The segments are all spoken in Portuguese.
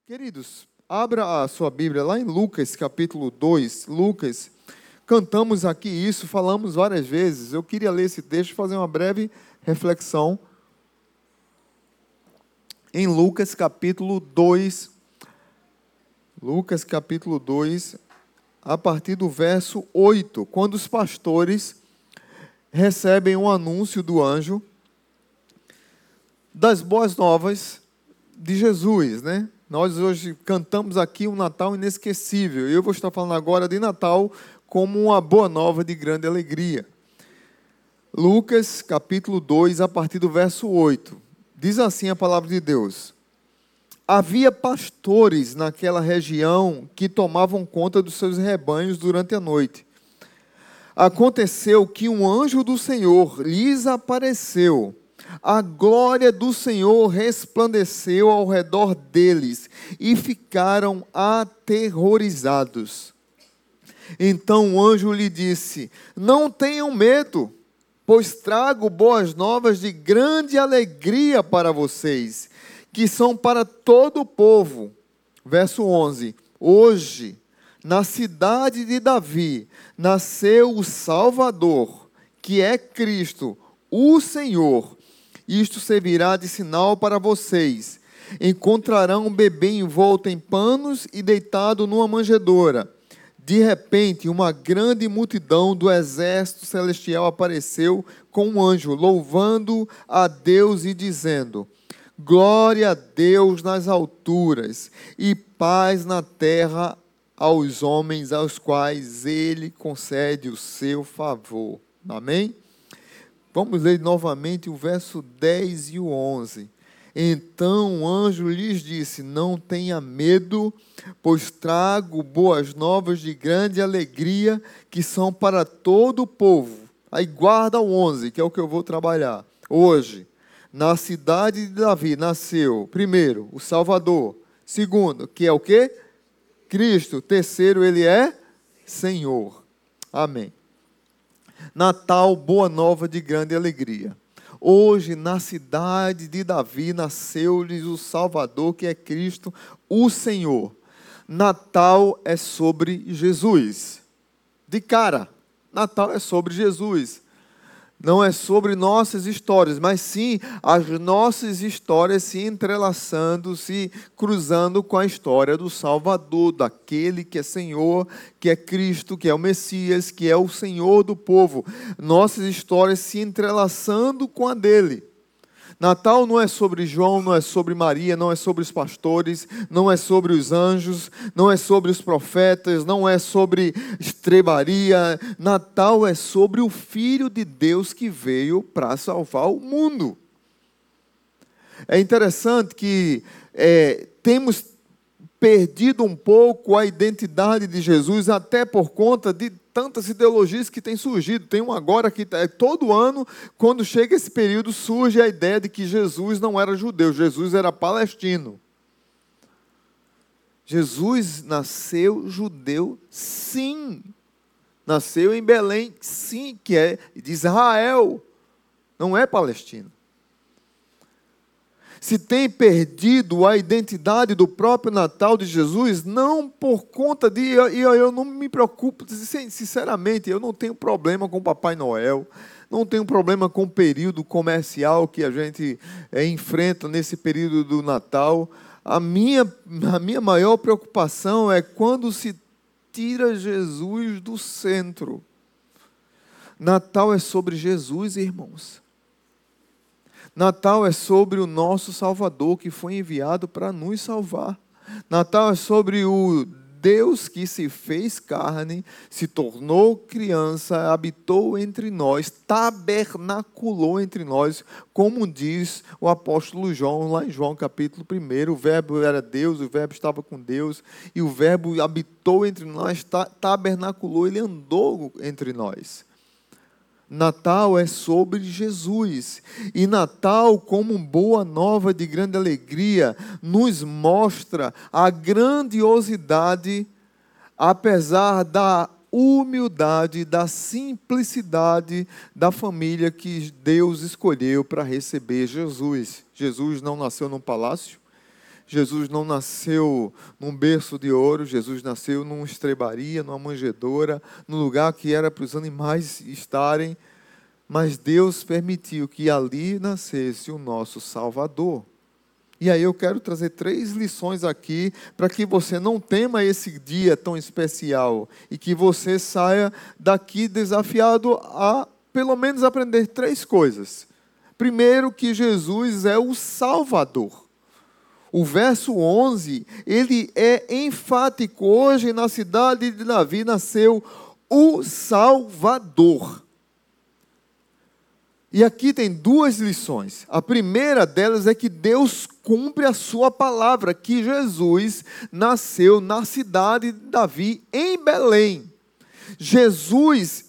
Queridos, abra a sua Bíblia lá em Lucas, capítulo 2. Lucas, cantamos aqui isso, falamos várias vezes. Eu queria ler esse texto e fazer uma breve reflexão. Em Lucas, capítulo 2. Lucas, capítulo 2, a partir do verso 8. Quando os pastores recebem um anúncio do anjo das boas novas de Jesus, né? Nós hoje cantamos aqui um Natal inesquecível. Eu vou estar falando agora de Natal como uma boa nova de grande alegria. Lucas, capítulo 2, a partir do verso 8. Diz assim a palavra de Deus: Havia pastores naquela região que tomavam conta dos seus rebanhos durante a noite. Aconteceu que um anjo do Senhor lhes apareceu. A glória do Senhor resplandeceu ao redor deles e ficaram aterrorizados. Então o anjo lhe disse: Não tenham medo, pois trago boas novas de grande alegria para vocês, que são para todo o povo. Verso 11. Hoje, na cidade de Davi, nasceu o Salvador, que é Cristo, o Senhor. Isto servirá de sinal para vocês. Encontrarão um bebê envolto em panos e deitado numa manjedoura. De repente, uma grande multidão do exército celestial apareceu com um anjo, louvando a Deus e dizendo: Glória a Deus nas alturas e paz na terra aos homens aos quais Ele concede o seu favor. Amém? Vamos ler novamente o verso 10 e o 11. Então o anjo lhes disse: Não tenha medo, pois trago boas novas de grande alegria, que são para todo o povo. Aí guarda o 11, que é o que eu vou trabalhar. Hoje, na cidade de Davi, nasceu, primeiro, o Salvador. Segundo, que é o quê? Cristo. Terceiro, Ele é Senhor. Amém. Natal, boa nova de grande alegria. Hoje, na cidade de Davi, nasceu-lhes o Salvador, que é Cristo, o Senhor. Natal é sobre Jesus. De cara, Natal é sobre Jesus. Não é sobre nossas histórias, mas sim as nossas histórias se entrelaçando, se cruzando com a história do Salvador, daquele que é Senhor, que é Cristo, que é o Messias, que é o Senhor do povo. Nossas histórias se entrelaçando com a dele. Natal não é sobre João, não é sobre Maria, não é sobre os pastores, não é sobre os anjos, não é sobre os profetas, não é sobre estrebaria. Natal é sobre o Filho de Deus que veio para salvar o mundo. É interessante que temos perdido um pouco a identidade de Jesus, até por conta de tantas ideologias que têm surgido. Tem uma agora que todo ano, quando chega esse período, surge a ideia de que Jesus não era judeu, Jesus era palestino. Jesus nasceu judeu, sim. Nasceu em Belém, sim, que é de Israel, não é palestino. Se tem perdido a identidade do próprio Natal de Jesus, não por conta de... Eu não me preocupo, sinceramente, eu não tenho problema com Papai Noel, não tenho problema com o período comercial que a gente enfrenta nesse período do Natal. A minha maior preocupação é quando se tira Jesus do centro. Natal é sobre Jesus, irmãos. Natal é sobre o nosso Salvador, que foi enviado para nos salvar. Natal é sobre o Deus que se fez carne, se tornou criança, habitou entre nós, tabernaculou entre nós, como diz o apóstolo João, lá em João capítulo 1. O verbo era Deus, o verbo estava com Deus, e o verbo habitou entre nós, tabernaculou, ele andou entre nós. Natal é sobre Jesus, e Natal, como boa nova de grande alegria, nos mostra a grandiosidade, apesar da humildade, da simplicidade da família que Deus escolheu para receber Jesus. Jesus não nasceu num palácio, Jesus não nasceu num berço de ouro, Jesus nasceu numa estrebaria, numa manjedoura, num lugar que era para os animais estarem, mas Deus permitiu que ali nascesse o nosso Salvador. E aí eu quero trazer 3 lições aqui, para que você não tema esse dia tão especial, e que você saia daqui desafiado a, pelo menos, aprender 3 coisas. Primeiro, que Jesus é o Salvador. O verso 11, ele é enfático. Hoje, na cidade de Davi, nasceu o Salvador. E aqui tem 2 lições. A primeira delas é que Deus cumpre a sua palavra, que Jesus nasceu na cidade de Davi, em Belém. Jesus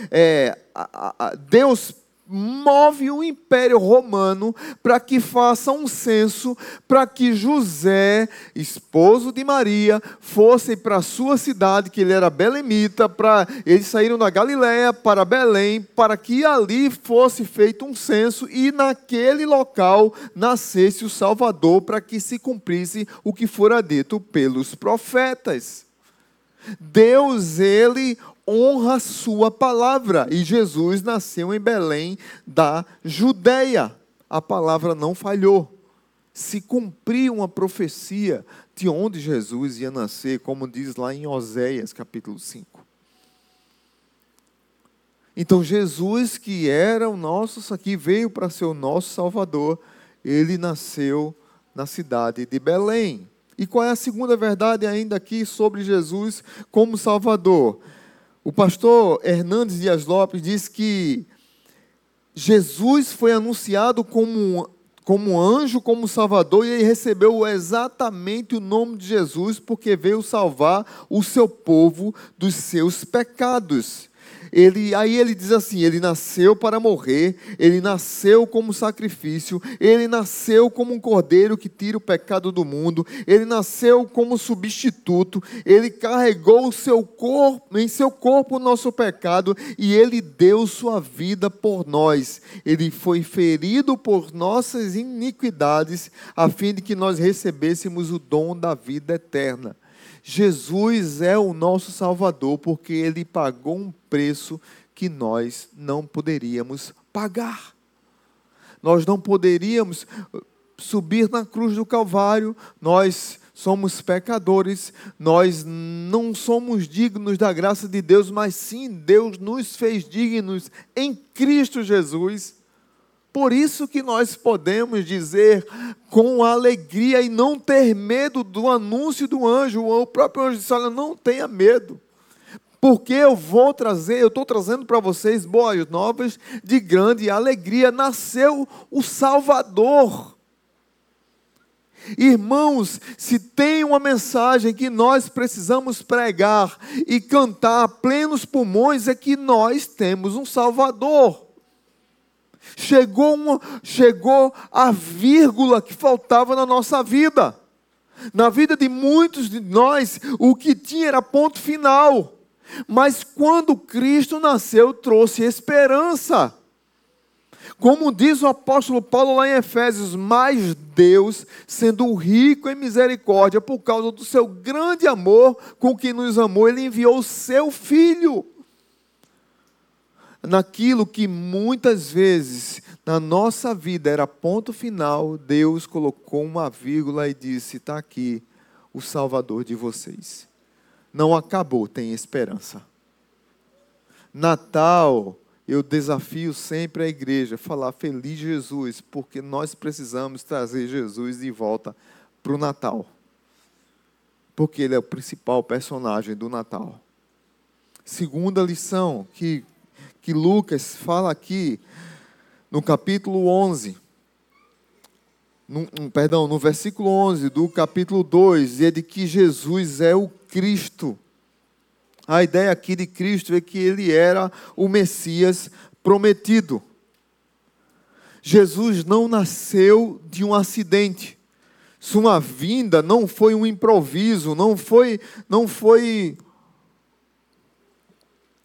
Deus move o Império Romano para que faça um censo, para que José, esposo de Maria, fosse para a sua cidade, que ele era belemita, eles saíram da Galiléia para Belém, para que ali fosse feito um censo e naquele local nascesse o Salvador, para que se cumprisse o que fora dito pelos profetas. Deus, ele honra a sua palavra. E Jesus nasceu em Belém da Judeia. A palavra não falhou. Se cumpriu uma profecia de onde Jesus ia nascer, como diz lá em Oséias, capítulo 5. Então Jesus, que era o nosso, que veio para ser o nosso Salvador, ele nasceu na cidade de Belém. E qual é a segunda verdade ainda aqui sobre Jesus como Salvador? O pastor Hernandes Dias Lopes diz que Jesus foi anunciado como anjo, como Salvador, e ele recebeu exatamente o nome de Jesus, porque veio salvar o seu povo dos seus pecados. Aí ele diz assim, ele nasceu para morrer, ele nasceu como sacrifício, ele nasceu como um cordeiro que tira o pecado do mundo, ele nasceu como substituto, ele carregou em seu corpo o nosso pecado e ele deu sua vida por nós. Ele foi ferido por nossas iniquidades, a fim de que nós recebêssemos o dom da vida eterna. Jesus é o nosso Salvador, porque ele pagou um preço que nós não poderíamos pagar. Nós não poderíamos subir na cruz do Calvário, nós somos pecadores, nós não somos dignos da graça de Deus, mas sim Deus nos fez dignos em Cristo Jesus. Por isso que nós podemos dizer com alegria e não ter medo do anúncio do anjo. O próprio anjo disse, olha, não tenha medo, porque eu estou trazendo para vocês boas novas de grande alegria. Nasceu o Salvador. Irmãos, se tem uma mensagem que nós precisamos pregar e cantar a plenos pulmões, é que nós temos um Salvador. Chegou a vírgula que faltava na nossa vida. Na vida de muitos de nós, o que tinha era ponto final. Mas quando Cristo nasceu, trouxe esperança. Como diz o apóstolo Paulo lá em Efésios, mas Deus, sendo rico em misericórdia, por causa do seu grande amor com que nos amou, ele enviou o seu Filho. Naquilo que muitas vezes na nossa vida era ponto final, Deus colocou uma vírgula e disse, está aqui o Salvador de vocês. Não acabou, tem esperança. Natal, eu desafio sempre a igreja a falar feliz Jesus, porque nós precisamos trazer Jesus de volta para o Natal. Porque ele é o principal personagem do Natal. Segunda lição que Lucas fala aqui, no capítulo 11, no versículo 11 do capítulo 2, é de que Jesus é o Cristo. A ideia aqui de Cristo é que ele era o Messias prometido. Jesus não nasceu de um acidente. Sua vinda não foi um improviso, não foi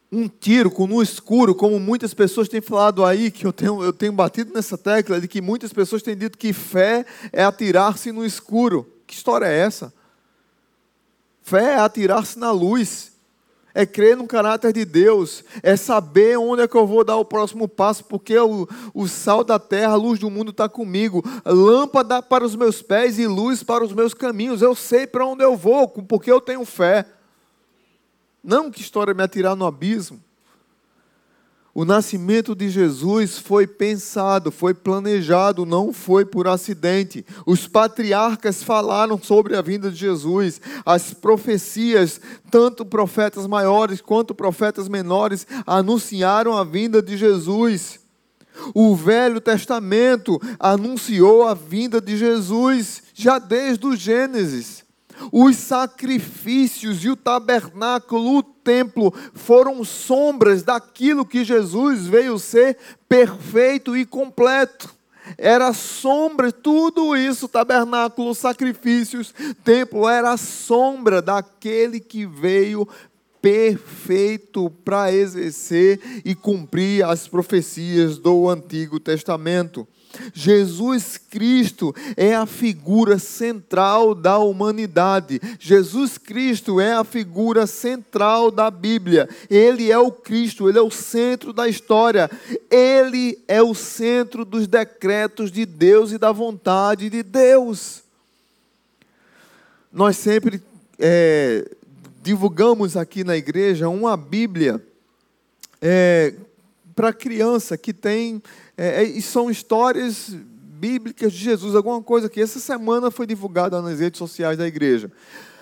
um tiro no escuro, como muitas pessoas têm falado aí, que eu tenho batido nessa tecla, de que muitas pessoas têm dito que fé é atirar-se no escuro. Que história é essa? Fé é atirar-se na luz, é crer no caráter de Deus, é saber onde é que eu vou dar o próximo passo, porque o sal da terra, a luz do mundo está comigo, lâmpada para os meus pés e luz para os meus caminhos. Eu sei para onde eu vou, porque eu tenho fé. Não que história me atirar no abismo. O nascimento de Jesus foi pensado, foi planejado, não foi por acidente. Os patriarcas falaram sobre a vinda de Jesus. As profecias, tanto profetas maiores quanto profetas menores, anunciaram a vinda de Jesus. O Velho Testamento anunciou a vinda de Jesus, já desde o Gênesis. Os sacrifícios e o tabernáculo, o templo, foram sombras daquilo que Jesus veio ser perfeito e completo. Era sombra, tudo isso, tabernáculo, sacrifícios, templo, era sombra daquele que veio perfeito para exercer e cumprir as profecias do Antigo Testamento. Jesus Cristo é a figura central da humanidade. Jesus Cristo é a figura central da Bíblia. Ele é o Cristo, Ele é o centro da história. Ele é o centro dos decretos de Deus e da vontade de Deus. Nós sempre divulgamos aqui na igreja uma Bíblia para criança que tem... e são histórias bíblicas de Jesus, alguma coisa que essa semana foi divulgada nas redes sociais da igreja.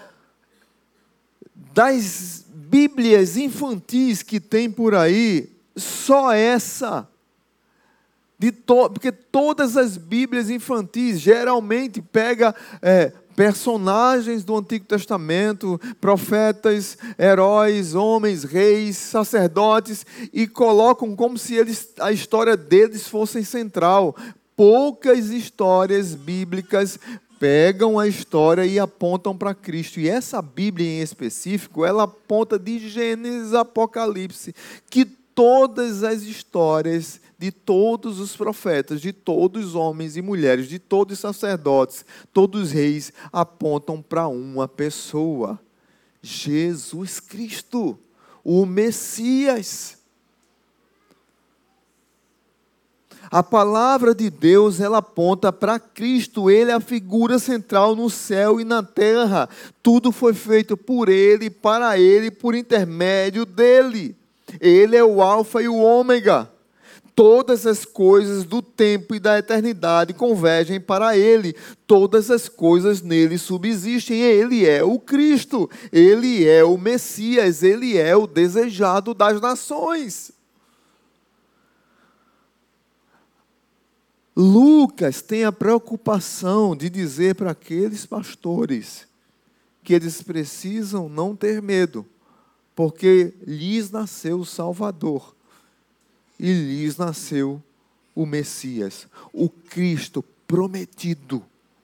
Das Bíblias infantis que tem por aí, só essa, porque todas as Bíblias infantis geralmente pega personagens do Antigo Testamento, profetas, heróis, homens, reis, sacerdotes, e colocam como se a história deles fosse central. Poucas histórias bíblicas pegam a história e apontam para Cristo. E essa Bíblia em específico, ela aponta de Gênesis a Apocalipse, que todas as histórias de todos os profetas, de todos os homens e mulheres, de todos os sacerdotes, todos os reis, apontam para uma pessoa: Jesus Cristo, o Messias. A palavra de Deus, ela aponta para Cristo. Ele é a figura central no céu e na terra. Tudo foi feito por Ele, para Ele, por intermédio dEle. Ele é o Alfa e o Ômega. Todas as coisas do tempo e da eternidade convergem para Ele. Todas as coisas nele subsistem. Ele é o Cristo. Ele é o Messias. Ele é o desejado das nações. Lucas tem a preocupação de dizer para aqueles pastores que eles precisam não ter medo, porque lhes nasceu o Salvador. E lhes nasceu o Messias, o Cristo prometido.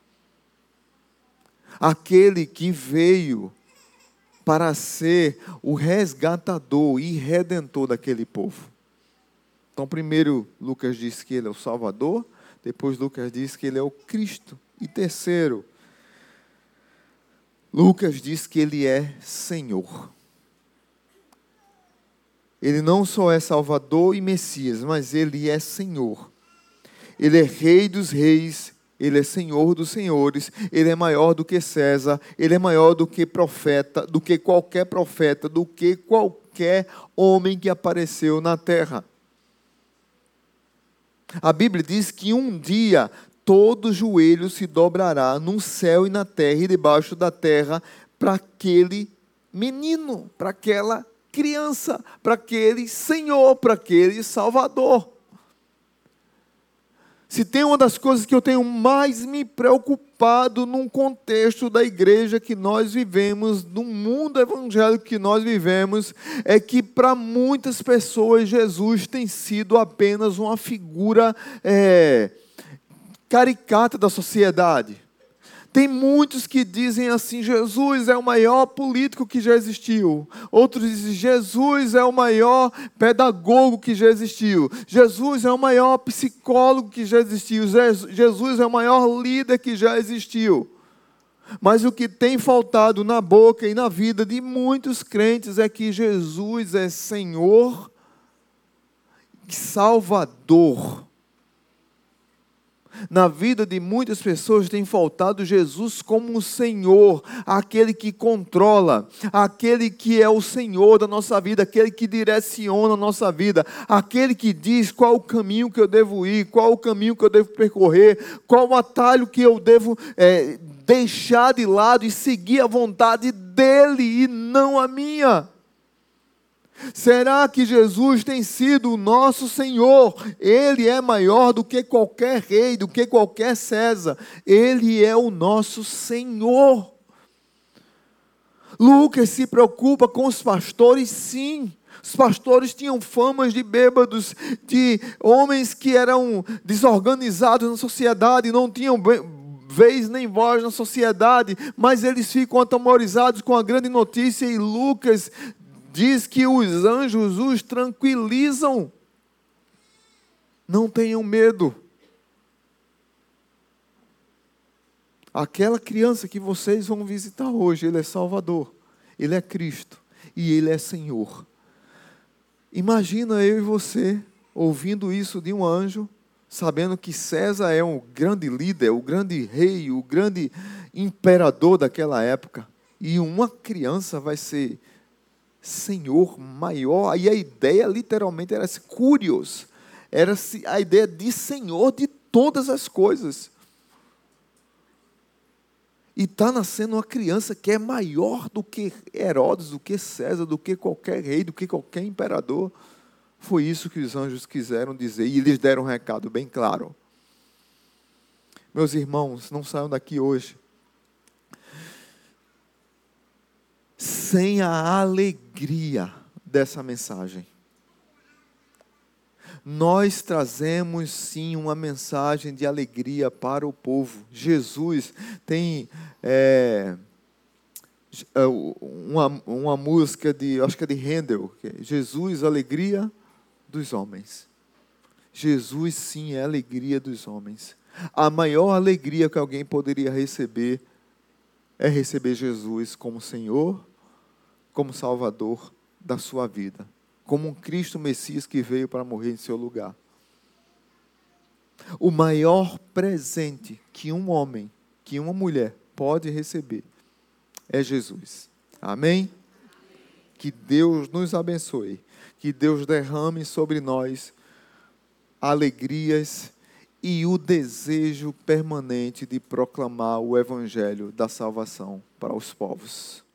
Aquele que veio para ser o resgatador e redentor daquele povo. Então, primeiro, Lucas diz que ele é o Salvador. Depois, Lucas diz que ele é o Cristo. E terceiro, Lucas diz que ele é Senhor. Ele não só é Salvador e Messias, mas Ele é Senhor. Ele é Rei dos reis, Ele é Senhor dos senhores, Ele é maior do que César, Ele é maior do que profeta, do que qualquer profeta, do que qualquer homem que apareceu na terra. A Bíblia diz que um dia todo joelho se dobrará no céu e na terra e debaixo da terra para aquele menino, para aquela criança, para aquele Senhor, para aquele Salvador. Se tem uma das coisas que eu tenho mais me preocupado num contexto da igreja que nós vivemos, no mundo evangélico que nós vivemos, é que para muitas pessoas Jesus tem sido apenas uma figura caricata da sociedade. Tem muitos que dizem assim: Jesus é o maior político que já existiu. Outros dizem: Jesus é o maior pedagogo que já existiu. Jesus é o maior psicólogo que já existiu. Jesus é o maior líder que já existiu. Mas o que tem faltado na boca e na vida de muitos crentes é que Jesus é Senhor e Salvador. Na vida de muitas pessoas tem faltado Jesus como o Senhor, aquele que controla, aquele que é o Senhor da nossa vida, aquele que direciona a nossa vida, aquele que diz qual o caminho que eu devo ir, qual o caminho que eu devo percorrer, qual o atalho que eu devo deixar de lado e seguir a vontade dEle e não a minha. Será que Jesus tem sido o nosso Senhor? Ele é maior do que qualquer rei, do que qualquer César. Ele é o nosso Senhor. Lucas se preocupa com os pastores, sim. Os pastores tinham famas de bêbados, de homens que eram desorganizados na sociedade, não tinham vez nem voz na sociedade, mas eles ficam atemorizados com a grande notícia, e Lucas diz que os anjos os tranquilizam. Não tenham medo. Aquela criança que vocês vão visitar hoje, Ele é Salvador, Ele é Cristo e Ele é Senhor. Imagina eu e você ouvindo isso de um anjo, sabendo que César é um grande líder, o grande rei, o grande imperador daquela época, e uma criança vai ser Senhor maior. E a ideia literalmente era curios, era a ideia de Senhor de todas as coisas. E está nascendo uma criança que é maior do que Herodes, do que César, do que qualquer rei, do que qualquer imperador. Foi isso que os anjos quiseram dizer, e eles deram um recado bem claro. Meus irmãos, não saiam daqui hoje sem a alegria dessa mensagem. Nós trazemos sim uma mensagem de alegria para o povo. Jesus tem uma música acho que é de Handel, que é Jesus, alegria dos homens. Jesus sim é a alegria dos homens. A maior alegria que alguém poderia receber é receber Jesus como Senhor, como Salvador da sua vida, como um Cristo Messias que veio para morrer em seu lugar. O maior presente que um homem, que uma mulher pode receber é Jesus. Amém? Que Deus nos abençoe, que Deus derrame sobre nós alegrias e o desejo permanente de proclamar o Evangelho da salvação para os povos.